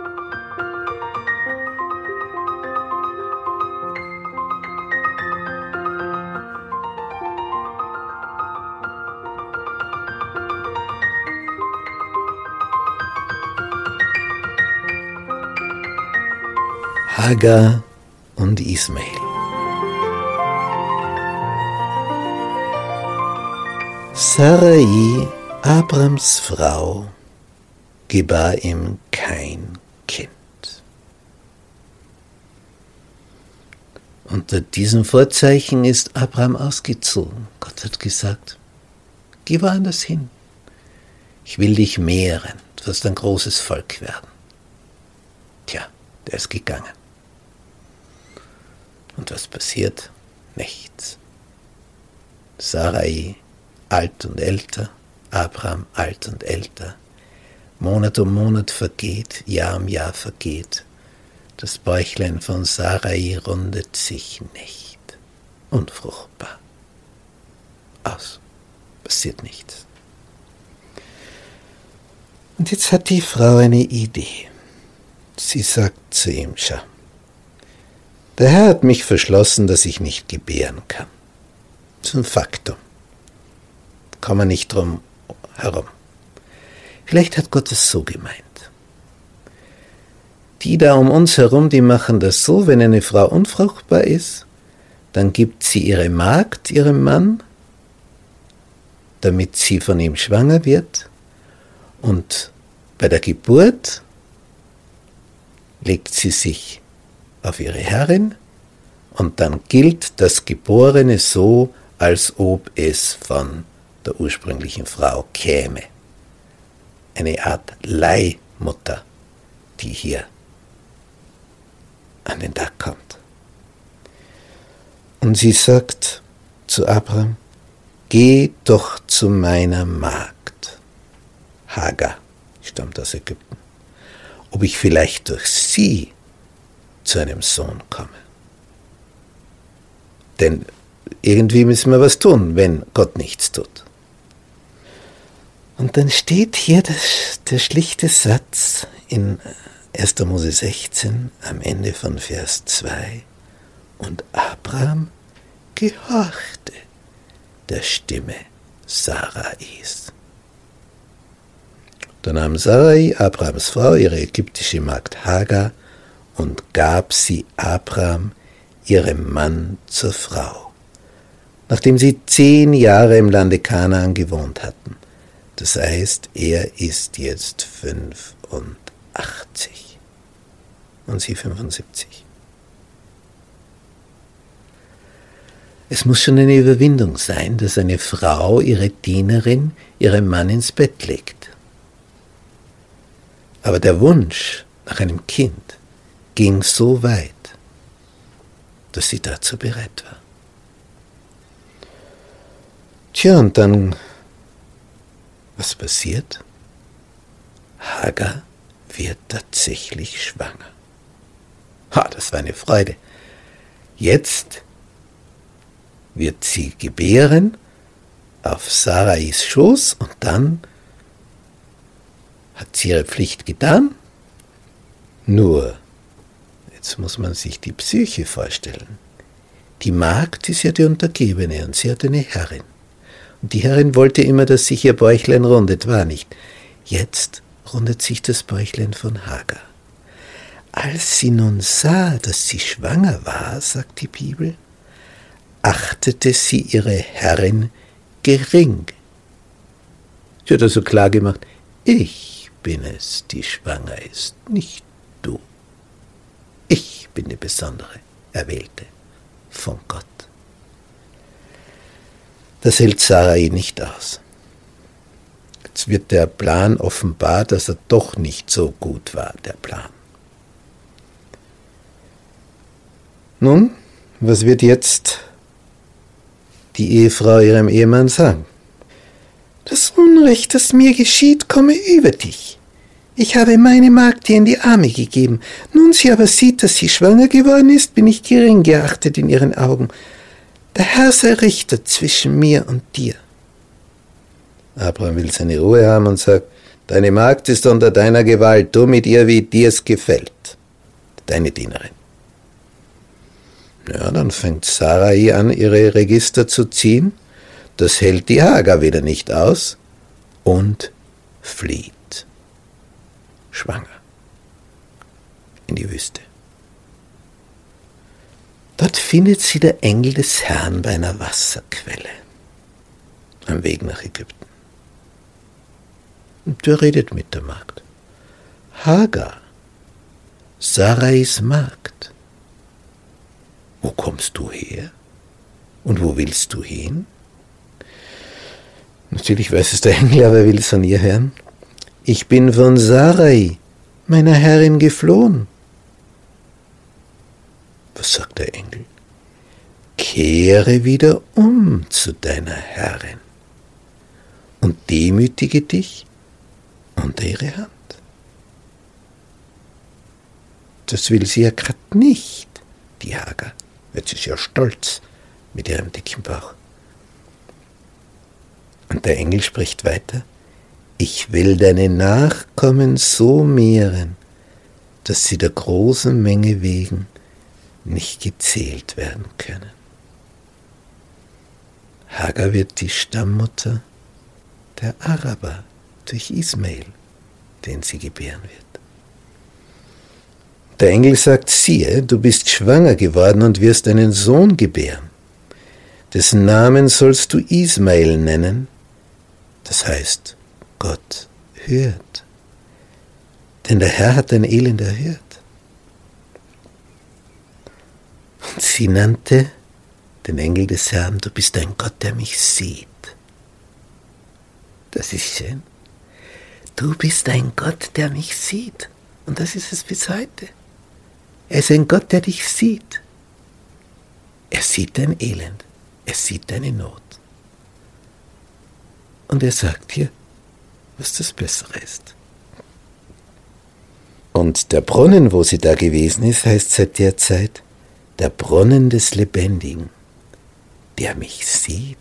Hagar und Ismael. Sarai, Abrams Frau, gebar ihm kein Kind. Unter diesem Vorzeichen ist Abraham ausgezogen. Gott hat gesagt, geh woanders hin. Ich will dich mehren, du wirst ein großes Volk werden. Tja, der ist gegangen. Und was passiert? Nichts. Sarai alt und älter, Abraham alt und älter. Monat um Monat vergeht, Jahr um Jahr vergeht. Das Bäuchlein von Sarai rundet sich nicht. Unfruchtbar. Aus. Passiert nichts. Und jetzt hat die Frau eine Idee. Sie sagt zu ihm, schau, der Herr hat mich verschlossen, dass ich nicht gebären kann. Das ist ein Faktum. Kommen wir nicht drum herum. Vielleicht hat Gott es so gemeint. Die da um uns herum, die machen das so, wenn eine Frau unfruchtbar ist, dann gibt sie ihre Magd ihrem Mann, damit sie von ihm schwanger wird, und bei der Geburt legt sie sich auf ihre Herrin und dann gilt das Geborene so, als ob es von der ursprünglichen Frau käme. Eine Art Leihmutter, die hier an den Tag kommt. Und sie sagt zu Abraham, geh doch zu meiner Magd, Hagar, stammt aus Ägypten, ob ich vielleicht durch sie zu einem Sohn komme. Denn irgendwie müssen wir was tun, wenn Gott nichts tut. Und dann steht hier der schlichte Satz in 1. Mose 16 am Ende von Vers 2. Und Abraham gehorchte der Stimme Sarais. Da nahm Sarai, Abrahams Frau, ihre ägyptische Magd Hagar, und gab sie Abraham, ihrem Mann, zur Frau, nachdem sie 10 Jahre im Lande Kanaan gewohnt hatten. Das heißt, er ist jetzt 85 und sie 75. Es muss schon eine Überwindung sein, dass eine Frau ihre Dienerin ihrem Mann ins Bett legt. Aber der Wunsch nach einem Kind ging so weit, dass sie dazu bereit war. Tja, und dann, was passiert? Hagar wird tatsächlich schwanger. Das war eine Freude. Jetzt wird sie gebären auf Sarais Schoß und dann hat sie ihre Pflicht getan. Nur, jetzt muss man sich die Psyche vorstellen. Die Magd ist ja die Untergebene und sie hat eine Herrin. Und die Herrin wollte immer, dass sich ihr Bäuchlein rundet, war nicht. Jetzt rundet sich das Bäuchlein von Hagar. Als sie nun sah, dass sie schwanger war, sagt die Bibel, achtete sie ihre Herrin gering. Sie hat also klar gemacht, ich bin es, die schwanger ist, nicht du. Ich bin die besondere, Erwählte von Gott. Das hält Sarai nicht aus. Jetzt wird der Plan offenbar, dass er doch nicht so gut war, der Plan. Nun, was wird jetzt die Ehefrau ihrem Ehemann sagen? Das Unrecht, das mir geschieht, komme über dich. Ich habe meine Magd dir in die Arme gegeben. Nun sie aber sieht, dass sie schwanger geworden ist, bin ich gering geachtet in ihren Augen. Der Herr sei Richter zwischen mir und dir. Abraham will seine Ruhe haben und sagt, Deine Magd ist unter deiner Gewalt, tu mit ihr, wie dir's gefällt. Deine Dienerin. Ja, dann fängt Sarai an, ihre Register zu ziehen. Das hält die Hagar wieder nicht aus und flieht. Schwanger. In die Wüste. Dort findet sie der Engel des Herrn bei einer Wasserquelle. Am Weg nach Ägypten. Und der redet mit der Magd. Hagar, Sarais Magd, wo kommst du her? Und wo willst du hin? Natürlich weiß es der Engel, aber er will es von ihr hören. Ich bin von Sarai, meiner Herrin, geflohen. Was sagt der Engel? Kehre wieder um zu deiner Herrin und demütige dich unter ihre Hand. Das will sie ja gerade nicht, die Hagar. Jetzt ist ja stolz mit ihrem dicken Bauch. Und der Engel spricht weiter. Ich will deine Nachkommen so mehren, dass sie der großen Menge wegen nicht gezählt werden können. Hagar wird die Stammmutter der Araber durch Ismael, den sie gebären wird. Der Engel sagt, siehe, du bist schwanger geworden und wirst einen Sohn gebären. Dessen Namen sollst du Ismael nennen, das heißt, Gott hört. Denn der Herr hat dein Elend erhört. Und sie nannte den Engel des Herrn, du bist ein Gott, der mich sieht. Das ist schön. Du bist ein Gott, der mich sieht. Und das ist es bis heute. Er ist ein Gott, der dich sieht. Er sieht dein Elend. Er sieht deine Not. Und er sagt dir, was das Bessere ist. Und der Brunnen, wo sie da gewesen ist, heißt seit der Zeit der Brunnen des Lebendigen, der mich sieht.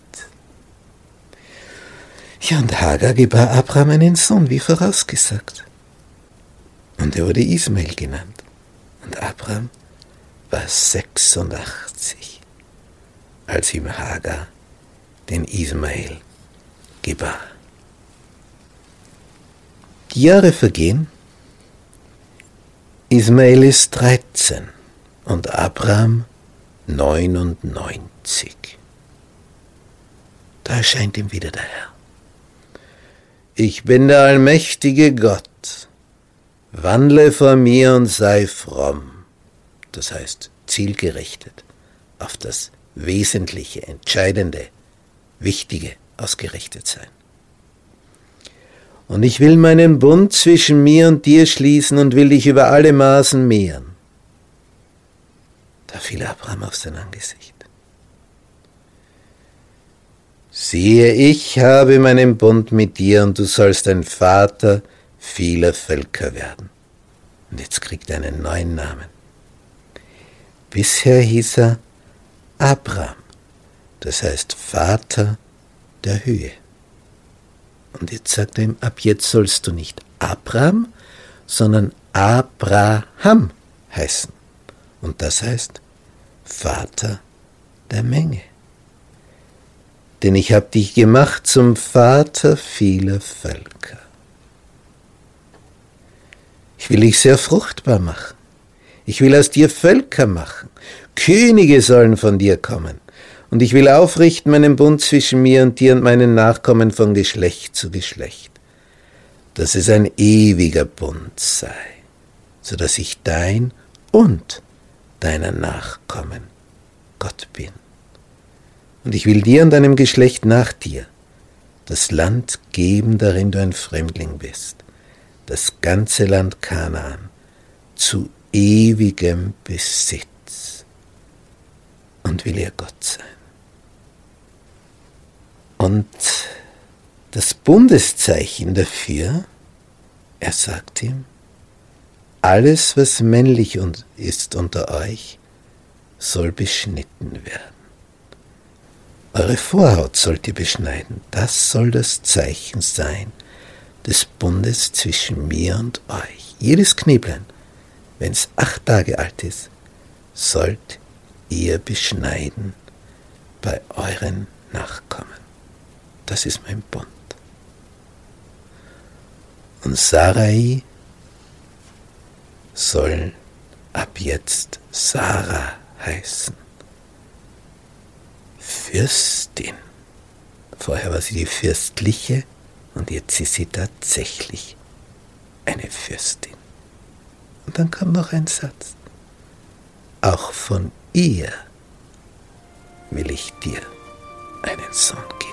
Ja, und Hagar gebar Abraham einen Sohn, wie vorausgesagt. Und er wurde Ismael genannt. Und Abraham war 86, als ihm Hagar den Ismael gebar. Die Jahre vergehen. Ismael ist 13 und Abraham 99. Da erscheint ihm wieder der Herr. Ich bin der allmächtige Gott. Wandle vor mir und sei fromm. Das heißt, zielgerichtet, auf das Wesentliche, Entscheidende, Wichtige ausgerichtet sein. Und ich will meinen Bund zwischen mir und dir schließen und will dich über alle Maßen mehren. Da fiel Abraham auf sein Angesicht. Siehe, ich habe meinen Bund mit dir und du sollst ein Vater vieler Völker werden. Und jetzt kriegt er einen neuen Namen. Bisher hieß er Abram, das heißt Vater der Höhe. Und jetzt sagt er ihm, ab jetzt sollst du nicht Abram, sondern Abraham heißen. Und das heißt Vater der Menge. Denn ich habe dich gemacht zum Vater vieler Völker. Ich will dich sehr fruchtbar machen. Ich will aus dir Völker machen. Könige sollen von dir kommen. Und ich will aufrichten meinen Bund zwischen mir und dir und meinen Nachkommen von Geschlecht zu Geschlecht, dass es ein ewiger Bund sei, so dass ich dein und deiner Nachkommen Gott bin. Und ich will dir und deinem Geschlecht nach dir das Land geben, darin du ein Fremdling bist, das ganze Land Kanaan, zu ewigem Besitz, und will ihr Gott sein. Und das Bundeszeichen dafür, er sagt ihm, alles, was männlich ist unter euch, soll beschnitten werden. Eure Vorhaut sollt ihr beschneiden. Das soll das Zeichen sein, des Bundes zwischen mir und euch. Jedes Knäblein, wenn es 8 Tage alt ist, sollt ihr beschneiden bei euren Nachkommen. Das ist mein Bund. Und Sarai soll ab jetzt Sarah heißen. Fürstin. Vorher war sie die Fürstliche und jetzt ist sie tatsächlich eine Fürstin. Und dann kam noch ein Satz. Auch von ihr will ich dir einen Sohn geben.